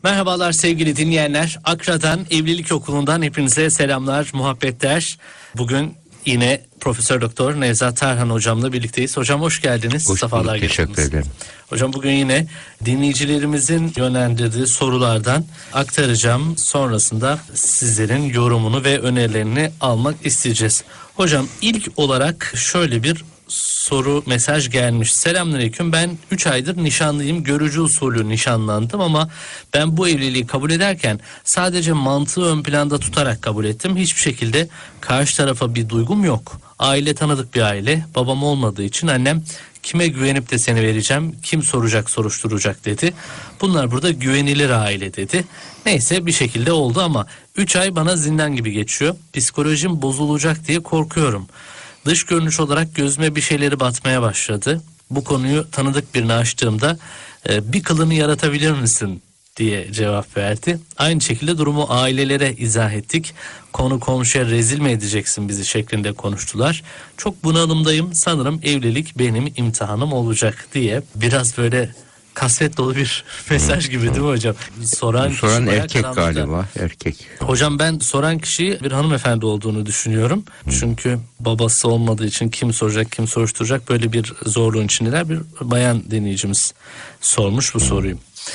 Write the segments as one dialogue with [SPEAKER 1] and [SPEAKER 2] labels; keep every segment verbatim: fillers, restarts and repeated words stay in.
[SPEAKER 1] Merhabalar sevgili dinleyenler. Akra'dan, Evlilik Okulu'ndan hepinize selamlar, muhabbetler. Bugün yine Profesör Doktor Nevzat Tarhan hocamla birlikteyiz. Hocam hoş geldiniz.
[SPEAKER 2] Hoş
[SPEAKER 1] Safalar
[SPEAKER 2] bulduk, teşekkür
[SPEAKER 1] getirdiniz.
[SPEAKER 2] ederim.
[SPEAKER 1] Hocam bugün yine dinleyicilerimizin yönlendirdiği sorulardan aktaracağım. Sonrasında sizlerin yorumunu ve önerilerini almak isteyeceğiz. Hocam ilk olarak şöyle bir soru, mesaj gelmiş. Selamünaleyküm, ben üç aydır nişanlıyım. Görücü usulü nişanlandım ama ben bu evliliği kabul ederken sadece mantığı ön planda tutarak kabul ettim. Hiçbir şekilde karşı tarafa bir duygum yok. Aile tanıdık bir aile. Babam olmadığı için annem kime güvenip de seni vereceğim, kim soracak soruşturacak dedi. Bunlar burada güvenilir aile dedi. Neyse bir şekilde oldu ama üç ay bana zindan gibi geçiyor. Psikolojim bozulacak diye korkuyorum. Dış görünüş olarak gözüme bir şeyleri batmaya başladı. Bu konuyu tanıdık birine açtığımda e, bir kılını yaratabilir misin diye cevap verdi. Aynı şekilde durumu ailelere izah ettik. Konu komşuya rezil mi edeceksin bizi şeklinde konuştular. Çok bunalımdayım, sanırım evlilik benim imtihanım olacak diye biraz böyle kasvet dolu bir mesaj gibi değil mi hocam? Soran,
[SPEAKER 2] soran erkek
[SPEAKER 1] karanlıkta.
[SPEAKER 2] Galiba erkek.
[SPEAKER 1] Hocam ben soran kişi bir hanımefendi olduğunu düşünüyorum. Hı. Çünkü babası olmadığı için kim soracak kim soruşturacak böyle bir zorluğun içindeler. Bir bayan dinleyicimiz sormuş bu Hı. soruyu.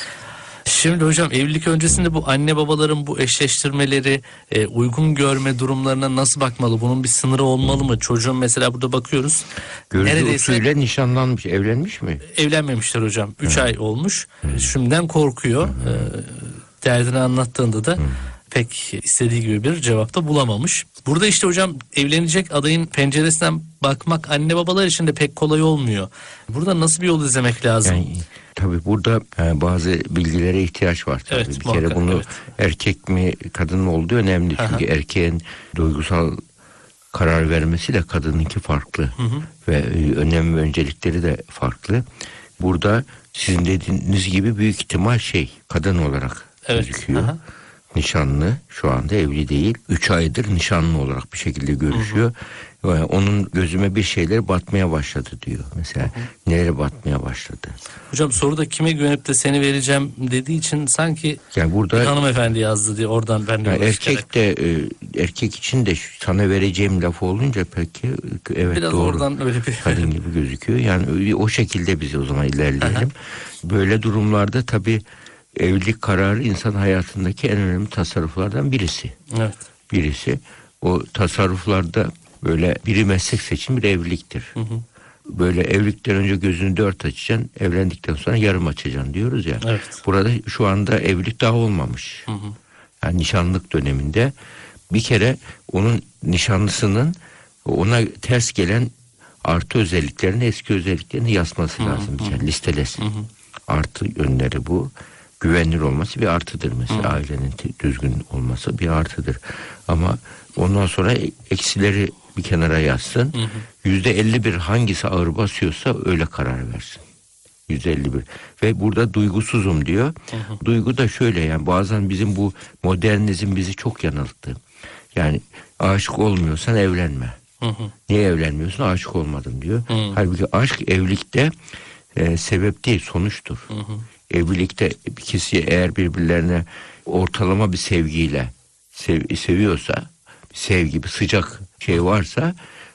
[SPEAKER 1] Şimdi hocam evlilik öncesinde bu anne babaların bu eşleştirmeleri, e, uygun görme durumlarına nasıl bakmalı? Bunun bir sınırı olmalı mı? Çocuğun mesela burada bakıyoruz.
[SPEAKER 2] Görücü
[SPEAKER 1] neredeyse
[SPEAKER 2] usulüyle nişanlanmış, evlenmiş mi?
[SPEAKER 1] Evlenmemişler hocam. Üç ay olmuş. Hı. Şimdiden korkuyor. Hı. E, derdini anlattığında da Hı. pek istediği gibi bir cevapta bulamamış. Burada işte hocam evlenecek adayın penceresinden bakmak anne babalar için de pek kolay olmuyor. Burada nasıl bir yol izlemek lazım?
[SPEAKER 2] Yani, tabii burada e, bazı bilgilere ihtiyaç var. Tabii.
[SPEAKER 1] Evet,
[SPEAKER 2] bir
[SPEAKER 1] muhakkak,
[SPEAKER 2] kere bunu
[SPEAKER 1] evet. erkek
[SPEAKER 2] mi kadın mı olduğu önemli.
[SPEAKER 1] Aha.
[SPEAKER 2] Çünkü erkeğin duygusal karar vermesiyle kadınınki farklı. Hı hı. Ve e, önem ve öncelikleri de farklı. Burada sizin dediğiniz gibi büyük ihtimal şey kadın olarak evet. gözüküyor. Aha. Nişanlı, şu anda evli değil. Üç aydır nişanlı olarak bir şekilde görüşüyor. Hı hı. Onun gözüme bir şeyler batmaya başladı diyor. Mesela hı hı. nelere batmaya başladı.
[SPEAKER 1] Hocam soruda kime güvenip de seni vereceğim dediği için sanki
[SPEAKER 2] yani burada
[SPEAKER 1] bir hanımefendi yazdı diye oradan ben de
[SPEAKER 2] yani erkek de e, erkek için de sana vereceğim lafı olunca peki evet
[SPEAKER 1] biraz
[SPEAKER 2] doğru.
[SPEAKER 1] Oradan öyle bir
[SPEAKER 2] kadın gibi gözüküyor. Yani o şekilde biz o zaman ilerleyelim. Böyle durumlarda tabii evlilik kararı insan hayatındaki en önemli tasarruflardan birisi.
[SPEAKER 1] Evet.
[SPEAKER 2] Birisi. O tasarruflarda böyle biri meslek seçimi bir evliliktir. Hı hı. Böyle evlilikten önce gözünü dört açacaksın, evlendikten sonra yarım açacaksın diyoruz ya.
[SPEAKER 1] Evet.
[SPEAKER 2] Burada şu anda evlilik daha olmamış. Hı hı. Yani nişanlık döneminde bir kere onun nişanlısının ona ters gelen artı özelliklerini, eski özelliklerini yazması hı hı. lazım. Yani listelesin. Hı hı. Artı yönleri bu. Güvenilir olması bir artıdır mesela. Hı. Ailenin düzgün olması bir artıdır. Ama ondan sonra eksileri bir kenara yazsın. Yüzde elli bir hangisi ağır basıyorsa öyle karar versin. Yüzde elli bir. Ve burada duygusuzum diyor. Hı hı. Duygu da şöyle, yani bazen bizim bu modernizm bizi çok yanılttı. Yani aşık olmuyorsan evlenme. Hı hı. Niye evlenmiyorsun? Aşık olmadım diyor. Hı. Halbuki aşk evlilikte e, sebep değil, sonuçtur. Hı hı. Evlilikte bir kişi eğer birbirlerine ortalama bir sevgiyle sev, seviyorsa, sevgi, bir sıcak şey varsa,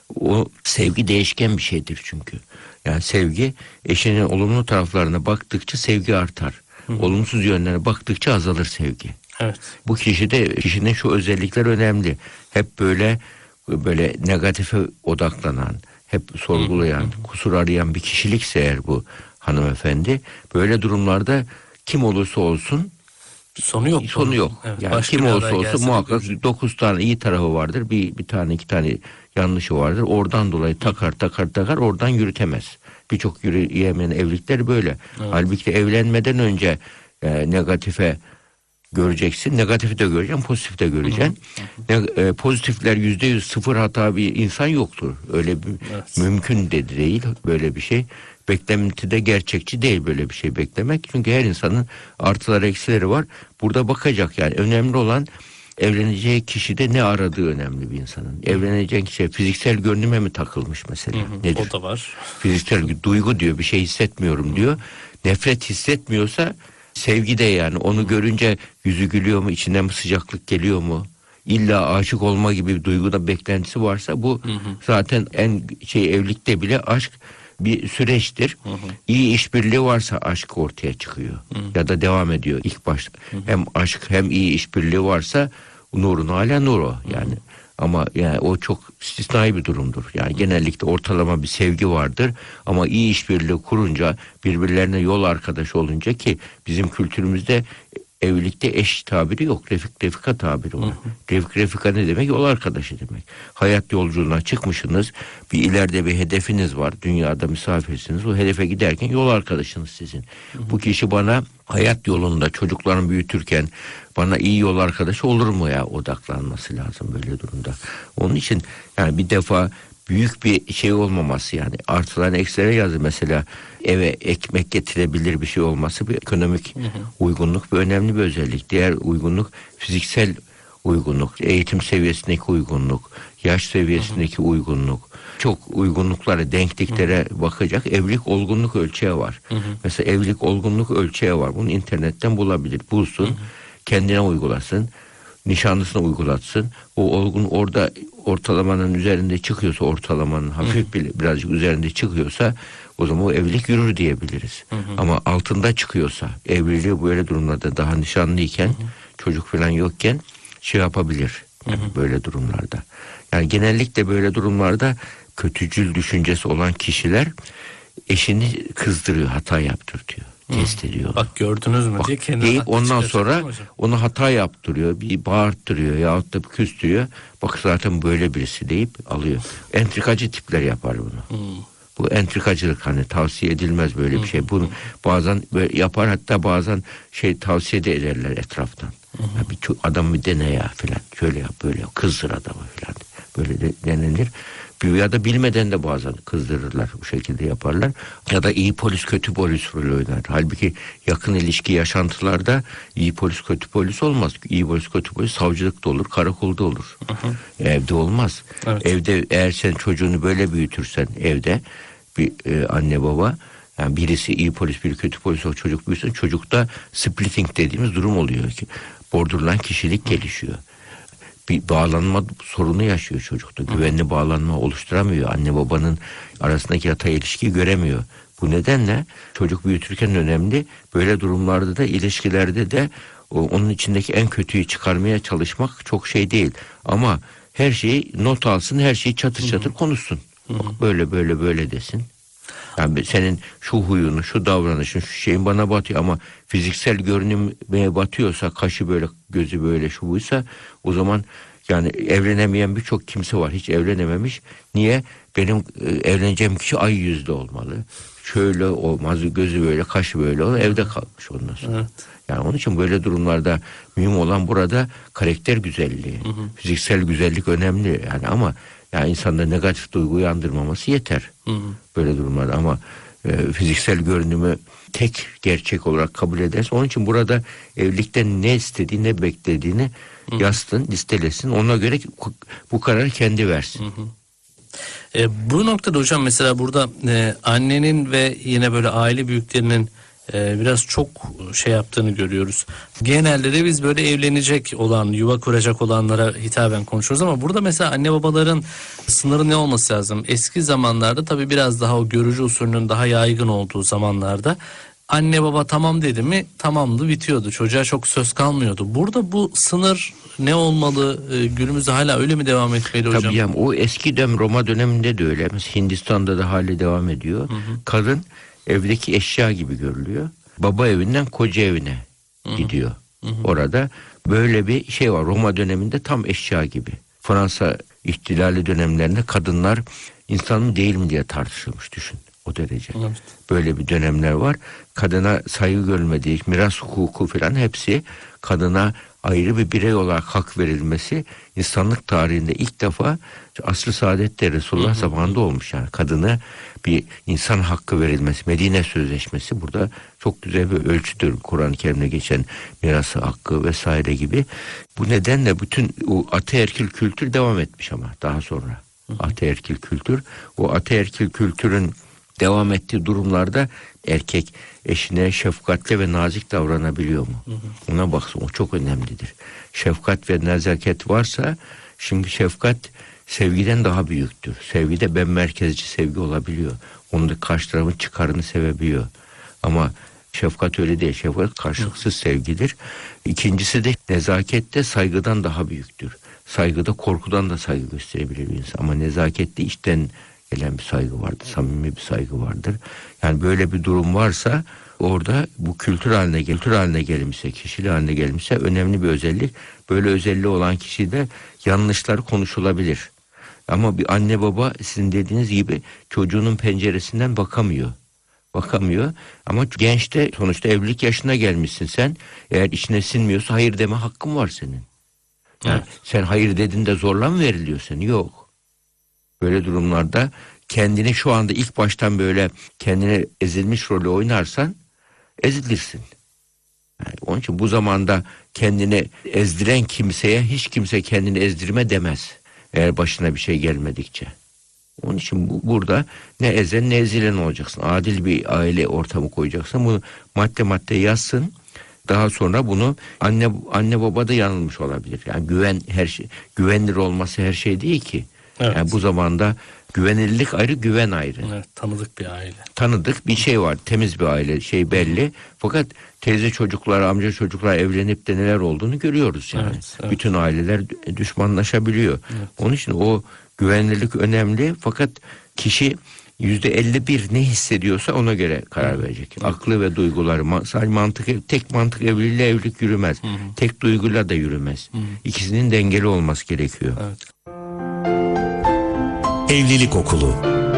[SPEAKER 2] o sevgi değişken bir şeydir çünkü. Yani sevgi, eşinin olumlu taraflarına baktıkça sevgi artar. Hı hı. Olumsuz yönlerine baktıkça azalır sevgi. Evet. Bu kişide kişinin şu özellikler önemli. Hep böyle böyle negatife odaklanan, hep sorgulayan, hı hı. kusur arayan bir kişilikse eğer bu hanımefendi, böyle durumlarda kim olursa olsun
[SPEAKER 1] sonu yok.
[SPEAKER 2] Sonu yok. Evet, yani kim olursa olsun muhakkak dokuz tane iyi tarafı vardır. Bir bir tane iki tane yanlışı vardır. Oradan dolayı takar takar takar oradan yürütemez. Birçok yürüyemeyen evlilikler böyle. Evet. Halbuki evlenmeden önce e, negatife göreceksin. Negatifi de göreceksin, pozitifi de göreceksin. Hı hı. Ne, e, pozitifler yüzde yüz sıfır hata bir insan yoktur. Öyle bir evet. mümkün de değil böyle bir şey. Beklenti de gerçekçi değil böyle bir şey beklemek. Çünkü her insanın artıları eksileri var. Burada bakacak yani. Önemli olan evleneceği kişide ne aradığı önemli bir insanın. Evleneceği kişi fiziksel görünüme mi takılmış mesela? Hı hı, nedir?
[SPEAKER 1] O da var.
[SPEAKER 2] Fiziksel duygu diyor, bir şey hissetmiyorum diyor. Nefret hissetmiyorsa Sevgi de yani onu görünce yüzü gülüyor mu, içinden bir sıcaklık geliyor mu? İlla aşık olma gibi bir duyguda beklentisi varsa bu hı hı. zaten en şey evlilikte bile aşk bir süreçtir. Hı hı. İyi işbirliği varsa aşk ortaya çıkıyor. Hı hı. Ya da devam ediyor ilk başta. Hı hı. Hem aşk hem iyi işbirliği varsa nurun hala nur o yani. Hı hı. Ama yani o çok istisnai bir durumdur. Yani hı. genellikle ortalama bir sevgi vardır ama iyi işbirliği kurunca, birbirlerine yol arkadaşı olunca, ki bizim kültürümüzde evlilikte eş tabiri yok. Refik refika tabiri var. Hı hı. Refik refika ne demek? Yol arkadaşı demek. Hayat yolculuğuna çıkmışsınız. Bir ileride bir hedefiniz var. Dünyada misafirsiniz. O hedefe giderken yol arkadaşınız sizin. Hı hı. Bu kişi bana hayat yolunda çocuklarını büyütürken bana iyi yol arkadaşı olur mu ya, odaklanması lazım böyle durumda. Onun için yani bir defa büyük bir şey olmaması, yani artılarını eksilere yazdı. Mesela eve ekmek getirebilir bir şey olması bir ekonomik hı hı. uygunluk, bir önemli bir özellik. Diğer uygunluk fiziksel uygunluk, eğitim seviyesindeki uygunluk, yaş seviyesindeki hı hı. uygunluk. Çok uygunluklara, denkliklere hı hı. bakacak. Evlilik olgunluk ölçeği var. Hı hı. Mesela evlilik olgunluk ölçeği var. Bunu internetten bulabilir, bulsun, hı hı. kendine uygulasın. Nişanlısına uygulatsın. O olgun orada ortalamanın üzerinde çıkıyorsa, ortalamanın hafif bir, birazcık üzerinde çıkıyorsa o zaman o evlilik yürür diyebiliriz. Hı hı. Ama altında çıkıyorsa, evliliği böyle durumlarda daha nişanlıyken, hı hı. çocuk falan yokken şey yapabilir. Yani hı hı. böyle durumlarda. Yani genellikle böyle durumlarda kötücül düşüncesi olan kişiler eşini kızdırıyor, hata yaptırtıyor. Test ediyor onu.
[SPEAKER 1] Bak gördünüz mü
[SPEAKER 2] Bak,
[SPEAKER 1] diye kendine
[SPEAKER 2] deyip ondan sonra
[SPEAKER 1] hocam.
[SPEAKER 2] onu hata yaptırıyor, bir bağırttırıyor yahut da bir küstürüyor. Bak zaten böyle birisi deyip alıyor. Entrikacı tipler yapar bunu. Hmm. Bu entrikacılık, hani tavsiye edilmez böyle hmm. bir şey. Bunu bazen böyle yapar, hatta bazen şey tavsiye de ederler etraftan. Hmm. Ya bir adam bir dene ya filan. Şöyle yap, böyle yap. Kızdır adamı filan. Böyle de denilir. Ya da bilmeden de bazen kızdırırlar, bu şekilde yaparlar. Ya da iyi polis kötü polis rolü oynar. Halbuki yakın ilişki yaşantılarda iyi polis kötü polis olmaz. İyi polis kötü polis savcılıkta olur, karakolda olur. Hı hı. Evde olmaz. Evet. Evde eğer sen çocuğunu böyle büyütürsen, evde bir e, anne baba, yani birisi iyi polis biri kötü polis, o çocuk büyüsün, çocukta splitting dediğimiz durum oluyor ki borderline kişilik hı. gelişiyor. Bir bağlanma sorunu yaşıyor çocukta. Güvenli bağlanma oluşturamıyor. Anne babanın arasındaki yatay ilişkiyi göremiyor. Bu nedenle çocuk büyütürken önemli. Böyle durumlarda da, ilişkilerde de o, onun içindeki en kötüyü çıkarmaya çalışmak çok şey değil. Ama her şeyi not alsın, her şeyi çatır çatır Hı-hı. konuşsun. Hı-hı. Bak böyle böyle böyle desin. Yani senin şu huyunu, şu davranışın, şu şeyin bana batıyor ama fiziksel görünmeye batıyorsa, kaşı böyle, gözü böyle, şu buysa, o zaman yani evlenemeyen birçok kimse var. Hiç evlenememiş. Niye? Benim e, evleneceğim kişi ay yüzlü olmalı. Şöyle olmaz, gözü böyle, kaşı böyle olur. Evde kalmış ondan sonra. Evet. Yani onun için böyle durumlarda mühim olan burada karakter güzelliği. Hı hı. Fiziksel güzellik önemli yani, ama yani insanda negatif duygu uyandırmaması yeter. Hı hı. Böyle durumlarda, ama e, fiziksel görünümü tek gerçek olarak kabul ederse, onun için burada evlilikten ne istediğini, ne beklediğini hı hı. yazsın, listelesin. Ona göre bu kararı kendi versin. Hı hı.
[SPEAKER 1] E, bu noktada hocam mesela burada e, annenin ve yine böyle aile büyüklerinin e, biraz çok şey yaptığını görüyoruz. Genelde de biz böyle evlenecek olan, yuva kuracak olanlara hitaben konuşuyoruz ama burada mesela anne babaların sınırı ne olması lazım? Eski zamanlarda tabii biraz daha o görücü usulünün daha yaygın olduğu zamanlarda anne baba tamam dedi mi tamamdı, bitiyordu. Çocuğa çok söz kalmıyordu. Burada bu sınır ne olmalı? Ee, günümüzde hala öyle mi devam etmeli hocam?
[SPEAKER 2] Tabii yani o eski dönem Roma döneminde de öyle. Mesela Hindistan'da da hali devam ediyor. Hı hı. Kadın evdeki eşya gibi görülüyor. Baba evinden koca evine hı hı. gidiyor. Hı hı. Orada böyle bir şey var. Roma döneminde tam eşya gibi. Fransa ihtilali dönemlerinde kadınlar insan mı değil mi diye tartışılmış, düşün. O derece. Evet. Böyle bir dönemler var. Kadına saygı görülmediği, miras hukuku falan hepsi kadına ayrı bir birey olarak hak verilmesi insanlık tarihinde ilk defa asr-ı saadette Resulullah hı hı. zamanında olmuş. Yani kadına bir insan hakkı verilmesi, Medine Sözleşmesi burada çok güzel bir ölçüdür. Kur'an-ı Kerim'de geçen miras hakkı vesaire gibi. Bu nedenle bütün o ataerkil kültür devam etmiş ama daha sonra. Hı hı. Ataerkil kültür. O ataerkil kültürün devam ettiği durumlarda erkek eşine şefkatli ve nazik davranabiliyor mu? Hı hı. Ona baksın, o çok önemlidir. Şefkat ve nezaket varsa, şimdi şefkat sevgiden daha büyüktür. Sevgide ben merkezci sevgi olabiliyor. Onun da karşı tarafın çıkarını sevebiliyor. Ama şefkat öyle değil. Şefkat karşılıksız sevgidir. İkincisi de nezaket de saygıdan daha büyüktür. Saygıda korkudan da saygı gösterebilir bir insan. Ama nezakette içten gelen bir saygı vardır. Samimi bir saygı vardır. Yani böyle bir durum varsa orada bu kültür haline, kültür haline gelmişse, kişiliği haline gelmişse önemli bir özellik. Böyle özelliği olan kişide yanlışlar konuşulabilir. Ama bir anne baba sizin dediğiniz gibi çocuğunun penceresinden bakamıyor. Bakamıyor ama gençte sonuçta evlilik yaşına gelmişsin sen. Eğer içine sinmiyorsa hayır deme hakkın var senin. Yani evet. Sen hayır dedin de zorla mı veriliyor senin? Yok. Böyle durumlarda kendini şu anda ilk baştan böyle kendine ezilmiş rolü oynarsan ezilirsin. Yani onun için bu zamanda kendini ezdiren kimseye hiç kimse kendini ezdirme demez. Eğer başına bir şey gelmedikçe. Onun için bu, burada ne ezen ne ezilen olacaksın. Adil bir aile ortamı koyacaksın. Bunu madde madde yazsın. Daha sonra bunu anne anne baba da yanılmış olabilir. Yani güven her şey, güvenilir olması her şey değil ki. Evet. Yani bu zamanda güvenilirlik ayrı, güven ayrı.
[SPEAKER 1] Evet, tanıdık bir aile.
[SPEAKER 2] Tanıdık bir şey var, temiz bir aile, şey belli. Fakat teyze çocuklar, amca çocuklar evlenip de neler olduğunu görüyoruz yani. Evet, evet. Bütün aileler düşmanlaşabiliyor. Evet. Onun için o güvenilirlik önemli. Fakat kişi yüzde elli bir ne hissediyorsa ona göre karar verecek. Evet. Aklı ve duyguları, sadece mantık, tek mantık evliliğiyle evlilik yürümez. Hı hı. Tek duyguyla da yürümez. Hı hı. İkisinin dengeli olması gerekiyor.
[SPEAKER 1] Evet.
[SPEAKER 3] Evlilik Okulu.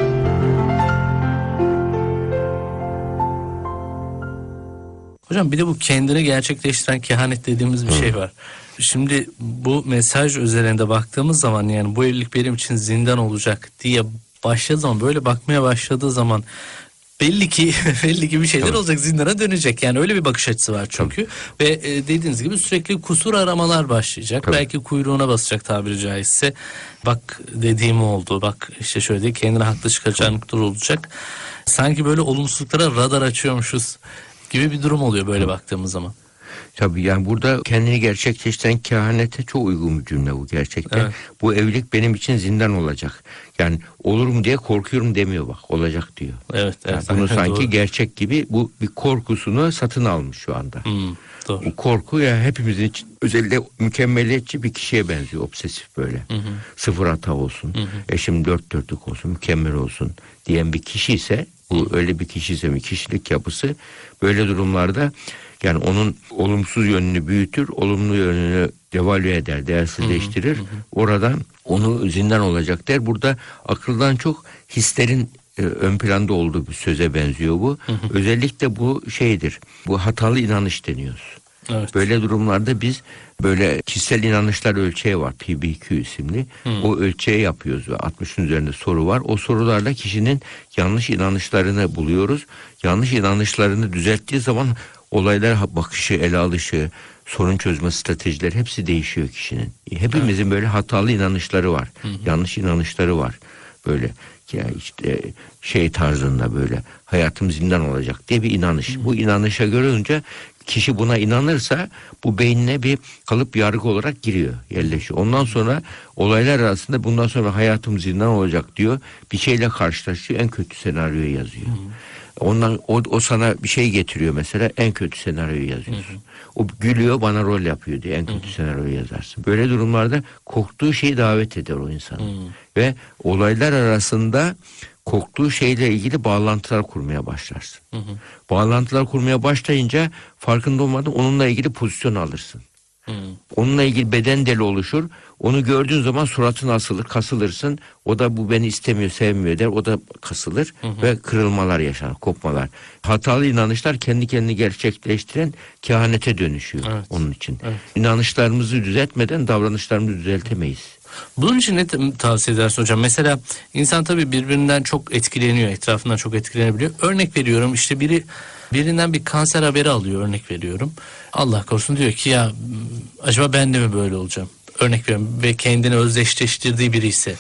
[SPEAKER 1] Hocam bir de bu kendini gerçekleştiren kehanet dediğimiz bir Hı. şey var. Şimdi bu mesaj üzerinde baktığımız zaman, yani bu evlilik benim için zindan olacak diye başladığı zaman, böyle bakmaya başladığı zaman belli ki belli ki bir şeyler Tabii. olacak, zindana dönecek. Yani öyle bir bakış açısı var çünkü. Tabii. Ve e, dediğiniz gibi sürekli kusur aramalar başlayacak. Tabii. Belki kuyruğuna basacak tabiri caizse. Bak dediğim oldu, bak işte şöyle değil, kendine haklı çıkaracağın olacak. Sanki böyle olumsuzluklara radar açıyormuşuz gibi bir durum oluyor böyle baktığımız zaman.
[SPEAKER 2] Tabii yani burada kendini gerçekleştiren kehanete çok uygun bir cümle bu gerçekten. Evet. Bu evlilik benim için zindan olacak. Yani olur mu diye korkuyorum demiyor, bak olacak diyor.
[SPEAKER 1] Evet, evet.
[SPEAKER 2] Yani bunu sanki
[SPEAKER 1] doğru.
[SPEAKER 2] gerçek gibi bu bir korkusunu satın almış şu anda.
[SPEAKER 1] Hmm, doğru.
[SPEAKER 2] Bu korku ya hepimizin için özellikle mükemmeliyetçi bir kişiye benziyor, obsesif böyle. Hı hı. Sıfır hata olsun, hı hı. eşim dört dörtlük olsun, mükemmel olsun diyen bir kişi ise, bu hı. öyle bir kişi ise, bir kişilik yapısı böyle durumlarda yani onun olumsuz yönünü büyütür, olumlu yönünü devalüe eder, değersizleştirir. Hı hı. Oradan onu zindan olacak der. Burada akıldan çok hislerin e, ön planda olduğu bir söze benziyor bu. Hı hı. Özellikle bu şeydir. Bu hatalı inanış deniyoruz. Evet. Böyle durumlarda biz böyle kişisel inanışlar ölçeği var, P B Q isimli. Hı. O ölçeği yapıyoruz ve altmışın üzerinde soru var. O sorularla kişinin yanlış inanışlarını buluyoruz. Yanlış inanışlarını düzelttiği zaman olaylar bakışı, ele alışı, sorun çözme stratejileri hepsi değişiyor kişinin. Hepimizin evet. böyle hatalı inanışları var. Hı hı. Yanlış inanışları var. Böyle ya işte şey tarzında, böyle hayatım zindan olacak diye bir inanış. Hı. Bu inanışa görünce kişi buna inanırsa bu beynine bir kalıp yargı olarak giriyor, yerleşiyor. Ondan sonra olaylar arasında bundan sonra hayatım zindan olacak diyor. Bir şeyle karşılaşıyor, en kötü senaryoyu yazıyor. Hı. Ondan o, o sana bir şey getiriyor mesela, en kötü senaryoyu yazıyorsun. Hı hı. O gülüyor, bana rol yapıyor diye en kötü hı hı. senaryoyu yazarsın. Böyle durumlarda korktuğu şeyi davet eder o insan. Ve olaylar arasında korktuğu şeyle ilgili bağlantılar kurmaya başlarsın. Hı hı. Bağlantılar kurmaya başlayınca farkında olmadan onunla ilgili pozisyon alırsın. Hı. Onunla ilgili beden dili oluşur. Onu gördüğün zaman suratın asılır, kasılırsın. O da bu beni istemiyor, sevmiyor der. O da kasılır hı hı. ve kırılmalar yaşar, kopmalar. Hatalı inanışlar kendi kendini gerçekleştiren kehanete dönüşüyor evet. onun için. Evet. İnanışlarımızı düzeltmeden davranışlarımızı düzeltemeyiz.
[SPEAKER 1] Bunun için ne tavsiye edersin hocam? Mesela insan tabii birbirinden çok etkileniyor, etrafından çok etkilenebiliyor. Örnek veriyorum, işte biri birinden bir kanser haberi alıyor, örnek veriyorum. Allah korusun, diyor ki ya acaba ben de mi böyle olacağım? Örnek veriyorum, ve kendini özdeşleştirdiği biri ise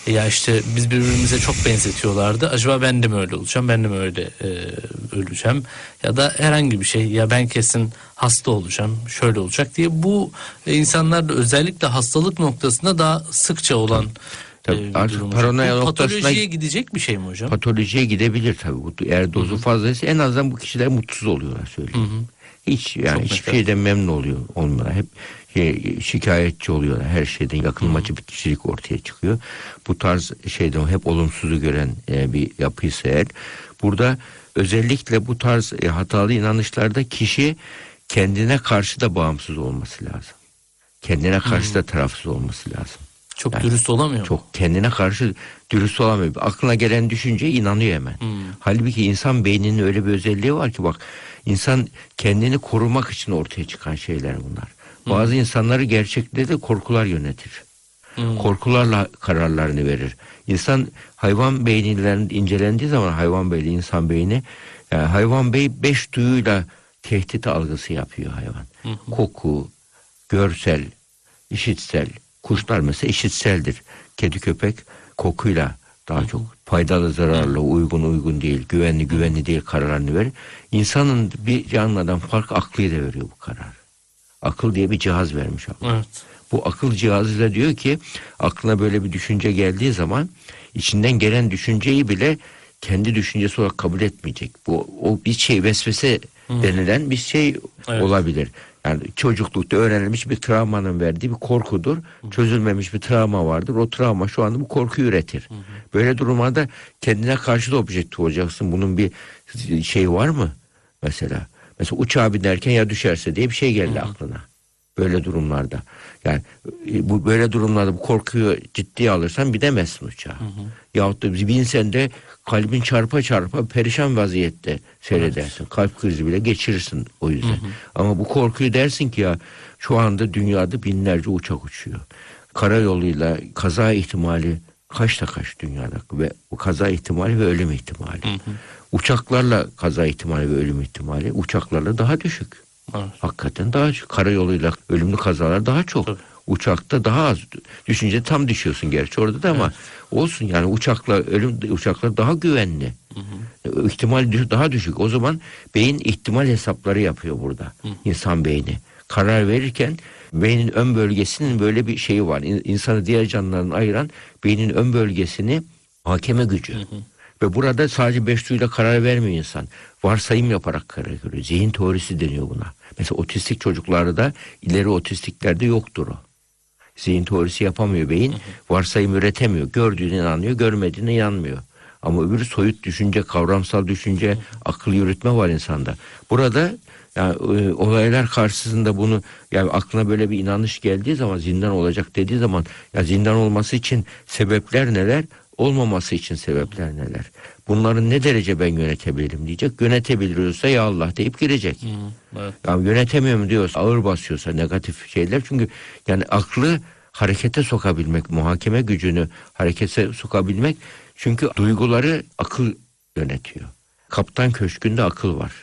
[SPEAKER 1] Ya işte biz birbirimize çok benzetiyorlardı. Acaba ben de mi öyle olacağım? Ben de mi öyle e, öleceğim? Ya da herhangi bir şey. Ya ben kesin hasta olacağım. Şöyle olacak diye. Bu e, insanlarda özellikle hastalık noktasında daha sıkça olan
[SPEAKER 2] Tabii,
[SPEAKER 1] e, bir
[SPEAKER 2] artık
[SPEAKER 1] durum hocam.
[SPEAKER 2] paranoya
[SPEAKER 1] Bu
[SPEAKER 2] noktasına
[SPEAKER 1] patolojiye gidecek bir şey mi hocam?
[SPEAKER 2] patolojiye gidebilir tabii. Bu, eğer dozu fazlaysa en azından bu kişiler mutsuz oluyorlar söyleyeyim.
[SPEAKER 1] Hı hı.
[SPEAKER 2] Hiç yani
[SPEAKER 1] Çok
[SPEAKER 2] hiçbir
[SPEAKER 1] mesela.
[SPEAKER 2] şeyden memnun oluyor olmuyorlar. Hep şey, şikayetçi oluyorlar. Her şeyden yakınmacı bir kişilik ortaya çıkıyor. Bu tarz şeyden hep olumsuzu gören e, bir yapıysa eğer. Burada özellikle bu tarz e, hatalı inanışlarda kişi kendine karşı da bağımsız olması lazım. Kendine karşı da tarafsız olması lazım.
[SPEAKER 1] Çok
[SPEAKER 2] Yani
[SPEAKER 1] dürüst olamıyor mu?
[SPEAKER 2] Çok kendine karşı dürüst olamıyor. Aklına gelen düşünceye inanıyor hemen.
[SPEAKER 1] Hmm.
[SPEAKER 2] Halbuki insan beyninin öyle bir özelliği var ki bak, insan kendini korumak için ortaya çıkan şeyler bunlar. Bazı insanları gerçekte de korkular yönetir.
[SPEAKER 1] Hmm.
[SPEAKER 2] Korkularla kararlarını verir. İnsan hayvan beyninden incelendiği zaman hayvan beyni, insan beyni, yani hayvan bey beş duyuyla tehdit algısı yapıyor hayvan. Koku, görsel, işitsel. Kuşlar mesela işitseldir. Kedi köpek kokuyla daha çok faydalı zararlı, uygun uygun değil, güvenli güvenli değil kararlarını verir. İnsanın bir canlıdan farklı aklıyla veriyor bu karar. Akıl diye bir cihaz vermiş Allah.
[SPEAKER 1] Evet.
[SPEAKER 2] Bu akıl cihazıyla diyor ki aklına böyle bir düşünce geldiği zaman içinden gelen düşünceyi bile kendi düşüncesi olarak kabul etmeyecek. Bu o bir şey vesvese
[SPEAKER 1] Hmm.
[SPEAKER 2] denilen bir şey
[SPEAKER 1] Evet.
[SPEAKER 2] olabilir. Yani çocuklukta öğrenilmiş bir travmanın verdiği bir korkudur. Çözülmemiş bir travma vardır. O travma şu anda bu korkuyu üretir. Böyle durumlarda kendine karşı da objektif olacaksın. Bunun bir şey var mı? Mesela mesela uçağa binerken ya düşerse diye bir şey geldi aklına. Böyle durumlarda. Yani e, bu böyle durumlarda bu korkuyu ciddiye alırsan binemezsin uçağa. Hı hı. Yahut da binsen de kalbin çarpa çarpa perişan vaziyette seyredersin. Evet. Kalp krizi bile geçirirsin o yüzden. Hı hı. Ama bu korkuyu dersin ki ya şu anda dünyada binlerce uçak uçuyor. Karayoluyla kaza ihtimali kaçta kaç dünyada ve bu kaza ihtimali ve ölüm ihtimali. Hı hı. Uçaklarla kaza ihtimali ve ölüm ihtimali uçaklarla daha düşük. Evet. Hakikaten daha çok. Karayoluyla ölümlü kazalar daha çok. Tabii. Uçakta daha az. Düşünce tam düşüyorsun gerçi orada da ama evet. Olsun yani uçakla ölüm uçaklar daha güvenli. Hı hı. İhtimal daha düşük. O zaman beyin ihtimal hesapları yapıyor burada. Hı. İnsan beyni. Karar verirken beynin ön bölgesinin böyle bir şeyi var. İnsanı diğer canlılardan ayıran beynin ön bölgesini muhakeme gücü. Hı hı. Ve burada sadece beş duyuyla karar vermiyor insan. Varsayım yaparak karar veriyor. Zihin teorisi deniyor buna. Mesela otistik çocuklarda, ileri otistiklerde yoktur o. Zihin teorisi yapamıyor beyin. Hı hı. Varsayım üretemiyor. Gördüğüne inanıyor, görmediğine inanmıyor. Ama öbürü soyut düşünce, kavramsal düşünce, hı hı. akıl yürütme var insanda. Burada yani e, olaylar karşısında bunu yani aklına böyle bir inanış geldiği zaman zindan olacak dediği zaman ya zindan olması için sebepler neler? Olmaması için sebepler neler? Bunların ne derece ben yönetebilirim diyecek. Yönetebiliyorsa ya Allah deyip girecek. Hmm, evet. Yani yönetemiyorum diyorsa, ağır basıyorsa negatif şeyler. Çünkü yani aklı harekete sokabilmek, muhakeme gücünü harekete sokabilmek. Çünkü duyguları akıl yönetiyor. Kaptan Köşkü'nde akıl var.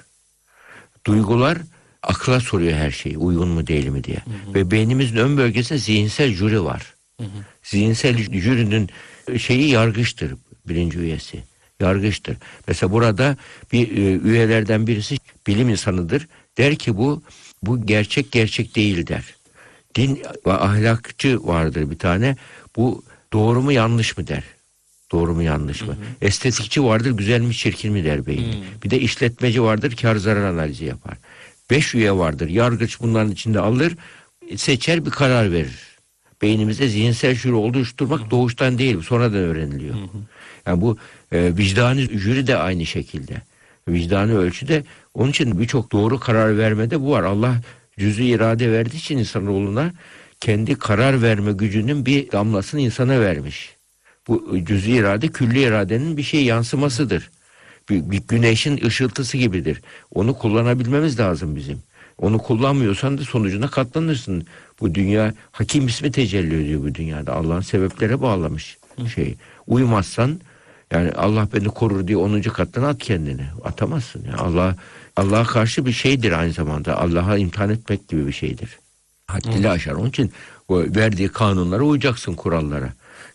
[SPEAKER 2] Duygular akla soruyor her şeyi, uygun mu değil mi diye. Hı hı. Ve beynimizin ön bölgesinde zihinsel jüri var. Hı hı. Zihinsel jürinin şeyi yargıçtır, birinci üyesi. Yargıçtır. Mesela burada bir e, üyelerden birisi bilim insanıdır. Der ki bu bu gerçek gerçek değil der. Din ve ahlakçı vardır bir tane. Bu doğru mu yanlış mı der. Doğru mu yanlış mı? Hı hı. Estetikçi vardır, güzel mi çirkin mi der beyin. Hı. Bir de işletmeci vardır, kar zarar analizi yapar. Beş üye vardır. Yargıç bunların içinde alır, seçer, bir karar verir. Beynimizde zihinsel jüri oluşturmak hı. doğuştan değil, sonradan öğreniliyor. Hı hı. Yani bu e, vicdani jüri de aynı şekilde. Vicdani ölçüde. Onun için birçok doğru karar vermede bu var. Allah cüz-i irade verdiği için insanoğluna kendi karar verme gücünün bir damlasını insana vermiş. Bu cüz-i irade külli iradenin bir şey yansımasıdır. Bir, bir güneşin ışıltısı gibidir. Onu kullanabilmemiz lazım bizim. Onu kullanmıyorsan da sonucuna katlanırsın. Bu dünya hakim ismi tecelli ediyor bu dünyada. Allah'ın sebeplere bağlamış şey. Uymazsan yani Allah beni korur diye onuncu kattan at kendini. Atamazsın. Yani Allah Allah'a karşı bir şeydir aynı zamanda. Allah'a imtihan etmek gibi bir şeydir. Haddini aşar. Onun için o verdiği kanunlara uyacaksın, kurallara.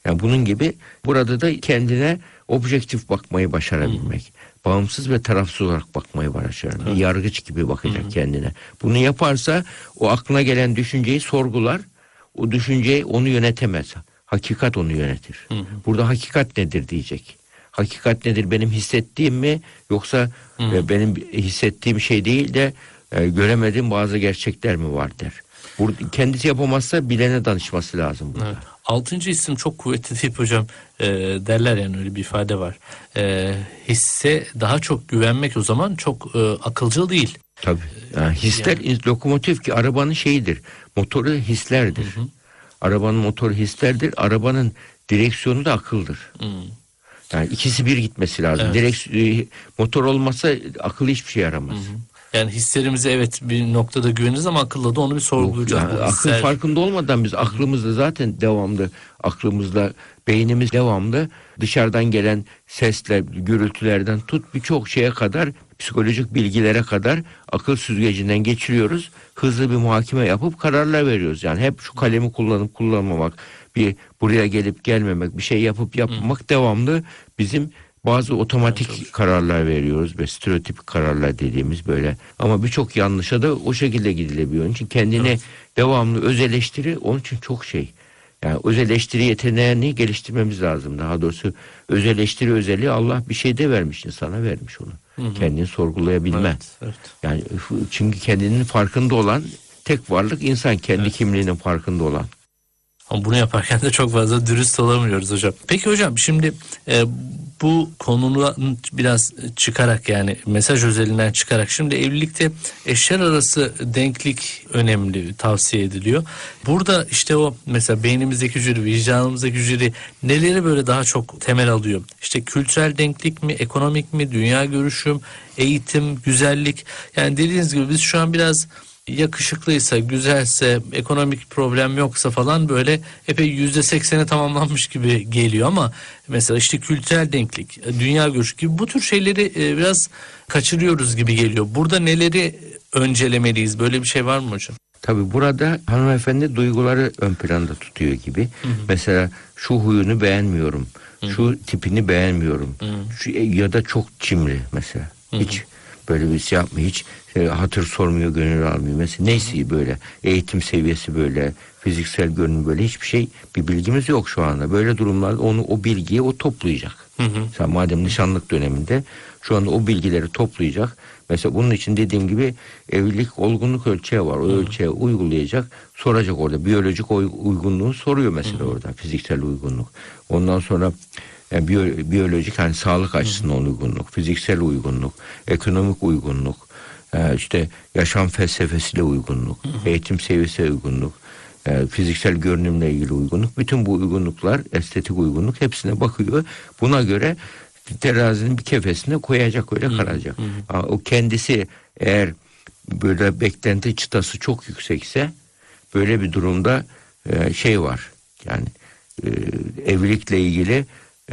[SPEAKER 2] Yani bunun gibi burada da kendine objektif bakmayı başarabilmek. Hı. Bağımsız ve tarafsız olarak bakmayı başarabilmek. Evet. Yargıç gibi bakacak Hı. kendine. Bunu yaparsa o aklına gelen düşünceyi sorgular. O düşünceyi onu yönetemez. Hakikat onu yönetir. Hı hı. Burada hakikat nedir diyecek. Hakikat nedir? Benim hissettiğim mi? Yoksa e, benim hissettiğim şey değil de e, göremediğim bazı gerçekler mi var der. Burada kendisi yapamazsa bilene danışması lazım burada.
[SPEAKER 1] Evet. Altıncı isim çok kuvvetli deyip hocam e, derler, yani öyle bir ifade var. E, hisse daha çok güvenmek o zaman çok e, akılcıl değil.
[SPEAKER 2] Tabii. Yani hisler yani. Lokomotif ki arabanın şeyidir. Motoru hislerdir. Hı hı. Arabanın motoru hislerdir. Arabanın direksiyonu da akıldır. Hı. Yani ikisi bir gitmesi lazım. Evet. Direkt motor olmasa akıl hiçbir şey yaramaz. Hı hı.
[SPEAKER 1] Yani hislerimize evet bir noktada güveniriz ama akılla da onu bir sorgulayacağız.
[SPEAKER 2] Yani akıl farkında olmadan biz aklımızla zaten devamlı, aklımızla beynimiz devamlı dışarıdan gelen sesler, gürültülerden tut birçok şeye kadar, psikolojik bilgilere kadar akıl süzgecinden geçiriyoruz. Hızlı bir muhakeme yapıp kararlar veriyoruz. Yani hep şu kalemi kullanıp kullanmamak, bir buraya gelip gelmemek, bir şey yapıp yapmamak Hı. devamlı bizim bazı otomatik evet, kararlar veriyoruz ve stereotipik kararlar dediğimiz böyle. Ama birçok yanlışa da o şekilde gidilebiliyor. Onun için kendine evet. devamlı öz eleştiri onun için çok şey. Yani öz eleştiri yeteneğini geliştirmemiz lazım. Daha doğrusu öz eleştiri özelliği Allah bir şey de vermiş, insana vermiş onu. Hı hı. Kendini sorgulayabilme. Evet, evet. Yani çünkü kendinin farkında olan tek varlık insan, kendi evet. kimliğinin farkında olan.
[SPEAKER 1] Ama bunu yaparken de çok fazla dürüst olamıyoruz hocam. Peki hocam şimdi e, bu konudan biraz çıkarak, yani mesaj özelinden çıkarak, şimdi evlilikte eşler arası denklik önemli, tavsiye ediliyor. Burada işte o mesela beynimizdeki jüri, vicdanımızdaki jüri neleri böyle daha çok temel alıyor? İşte kültürel denklik mi, ekonomik mi, dünya görüşüm, eğitim, güzellik. Yani dediğiniz gibi biz şu an biraz yakışıklıysa, güzelse, ekonomik problem yoksa falan böyle epey yüzde sekseni tamamlanmış gibi geliyor ama mesela işte kültürel denklik, dünya görüşü gibi bu tür şeyleri biraz kaçırıyoruz gibi geliyor. Burada neleri öncelemeliyiz? Böyle bir şey var mı hocam?
[SPEAKER 2] Tabii burada hanımefendi duyguları ön planda tutuyor gibi. Hı hı. Mesela şu huyunu beğenmiyorum, hı hı. şu tipini beğenmiyorum, hı hı. Şu, ya da çok cimri mesela. Hı hı. Hiç böyle bir şey yapmıyor, hiç e, hatır sormuyor, gönül almıyor. Mesela neyse böyle, eğitim seviyesi böyle, fiziksel görünüm böyle, hiçbir şey, bir bilgimiz yok şu anda. Böyle durumlarda onu, o bilgiyi o toplayacak. Hı hı. Mesela madem nişanlık döneminde şu anda o bilgileri toplayacak. Mesela bunun için dediğim gibi evlilik olgunluk ölçeği var. O hı hı. ölçeği uygulayacak, soracak orada. Biyolojik uygunluğu soruyor mesela hı hı. orada, fiziksel uygunluk. Ondan sonra yani biyo, biyolojik, hani sağlık açısından Hı. uygunluk, fiziksel uygunluk, ekonomik uygunluk, e, işte yaşam felsefesiyle uygunluk, Hı. eğitim seviyesiyle uygunluk, e, fiziksel görünümle ilgili uygunluk. Bütün bu uygunluklar, estetik uygunluk, hepsine bakıyor. Buna göre terazinin bir kefesine koyacak, öyle Hı. kalacak. Hı. O kendisi eğer böyle beklenti çıtası çok yüksekse, böyle bir durumda e, şey var. Yani e, evlilikle ilgili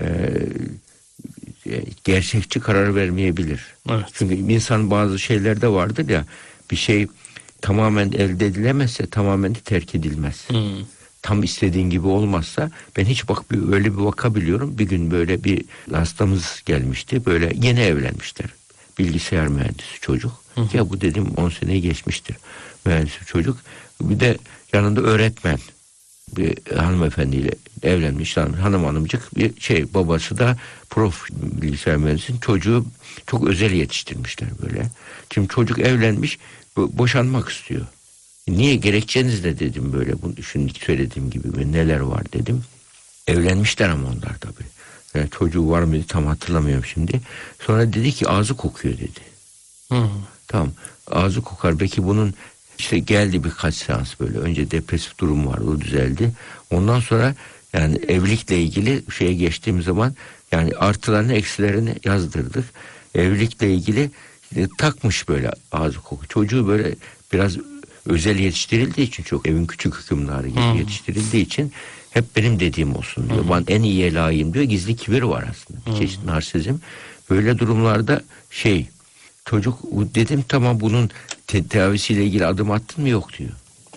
[SPEAKER 2] Ee, gerçekçi karar vermeyebilir. Evet. Çünkü insan bazı şeylerde vardır ya, bir şey tamamen elde edilemezse tamamen de terk edilmez. Hmm. Tam istediğin gibi olmazsa, ben hiç bak öyle bir vaka biliyorum. Bir gün böyle bir hastamız gelmişti. Böyle yeni evlenmişler. Bilgisayar mühendisi çocuk. Hı. Ya bu dedim on seneyi geçmiştir. Mühendis çocuk. Bir de yanında öğretmen bir hanımefendiyle evlenmiş, hanım hanımcık bir şey, babası da prof bilgisayar mühendisinin, çocuğu çok özel yetiştirmişler böyle. Şimdi çocuk evlenmiş, boşanmak istiyor. Niye, gerekçeniz ne dedim böyle, bunu şimdi söylediğim gibi neler var dedim. Evlenmişler ama onlar tabii. Yani çocuğu var mıydı tam hatırlamıyorum şimdi. Sonra dedi ki ağzı kokuyor dedi. Hı. Tamam, ağzı kokar, belki bunun İşte geldi birkaç seans böyle. Önce depresif durum vardı, o düzeldi. Ondan sonra yani evlilikle ilgili şeye geçtiğim zaman yani artılarını eksilerini yazdırdık. Evlilikle ilgili işte, takmış böyle ağzı koku. Çocuğu böyle biraz özel yetiştirildiği için, çok evin küçük hükümdarı gibi hmm. yetiştirildiği için hep benim dediğim olsun diyor. Hmm. Ben en iyiye layığım diyor. Gizli kibir var aslında. Bir hmm. çeşit narsizm. Böyle durumlarda şey, çocuk dedim tamam, bunun te- tedavisiyle ilgili adım attın mı, yok diyor.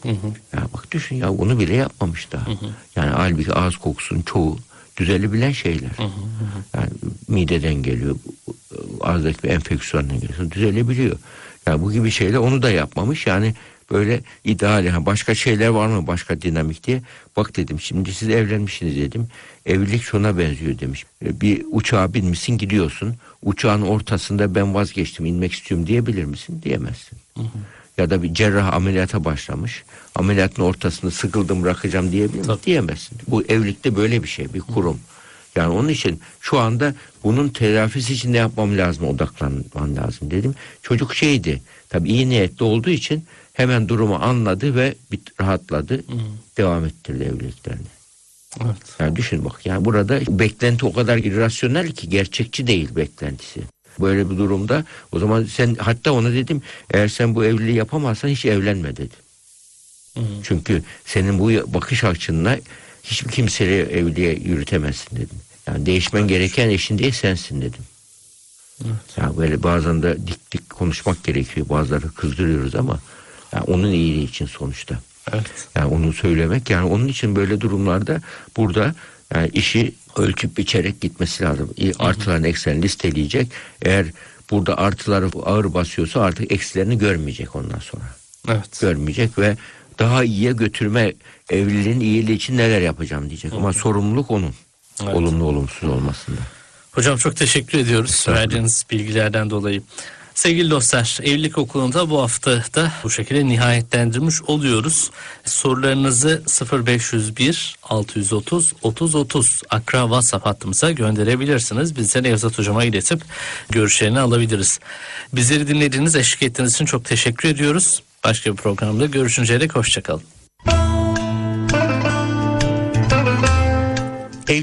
[SPEAKER 1] Hı hı.
[SPEAKER 2] Ya bak düşün ya, onu bile yapmamış daha. Hı hı. Yani halbuki ağız kokusunun çoğu düzelebilen şeyler. Hı hı hı. Yani mideden geliyor, ağızdaki bir enfeksiyondan geliyor, düzelebiliyor. Yani bu gibi şeyler onu da yapmamış. Yani böyle ideal. Yani başka şeyler var mı, başka dinamik diye. Bak dedim, şimdi siz evlenmişsiniz dedim. Evlilik şuna benziyor demiş. Bir uçağa binmişsin, gidiyorsun. Uçağın ortasında ben vazgeçtim, inmek istiyorum diyebilir misin? Diyemezsin. Hı hı. Ya da bir cerrah ameliyata başlamış. Ameliyatın ortasında sıkıldım, bırakacağım diyebilir misin? Diyemezsin. Bu evlilikte böyle bir şey, bir kurum. Yani onun için şu anda bunun telafisi için ne yapmam lazım, odaklanmam lazım dedim. Çocuk şeydi, tabii iyi niyetli olduğu için hemen durumu anladı ve bir rahatladı. Hmm. Devam ettirdi evliliklerini.
[SPEAKER 1] Evet.
[SPEAKER 2] Yani düşün bak, yani burada beklenti o kadar irrasyonel ki, gerçekçi değil beklentisi. Böyle bir durumda o zaman sen, hatta ona dedim, eğer sen bu evliliği yapamazsan hiç evlenme dedim. Hmm. Çünkü senin bu bakış açınla hiçbir kimseyle evliliğe yürütemezsin dedim. Yani değişmen evet. gereken eşin değil, sensin dedim. Evet. Yani böyle bazen de dik dik konuşmak gerekiyor. Bazıları kızdırıyoruz ama yani onun iyiliği için sonuçta. Evet. Yani onu söylemek, yani onun için böyle durumlarda burada yani işi ölçüp biçerek gitmesi lazım. Artılarını eksilerini listeleyecek. Eğer burada artıları ağır basıyorsa artık eksilerini görmeyecek ondan sonra. Evet. Görmeyecek ve daha iyiye götürme, evliliğin iyiliği için neler yapacağım diyecek. Hı. Ama sorumluluk onun. Evet. Olumlu olumsuz olmasında.
[SPEAKER 1] Hocam çok teşekkür ediyoruz verdiğiniz bilgilerden dolayı. Sevgili dostlar, Evlilik Okulu'nda bu hafta da bu şekilde nihayetlendirmiş oluyoruz. Sorularınızı sıfır beş yüz bir altı yüz otuz otuz otuz Akra WhatsApp hattımıza gönderebilirsiniz. Biz de Nevzat Hocam'a iletip görüşlerini alabiliriz. Bizleri dinlediğiniz, eşlik ettiğiniz için çok teşekkür ediyoruz. Başka bir programda görüşünceye dek hoşçakalın.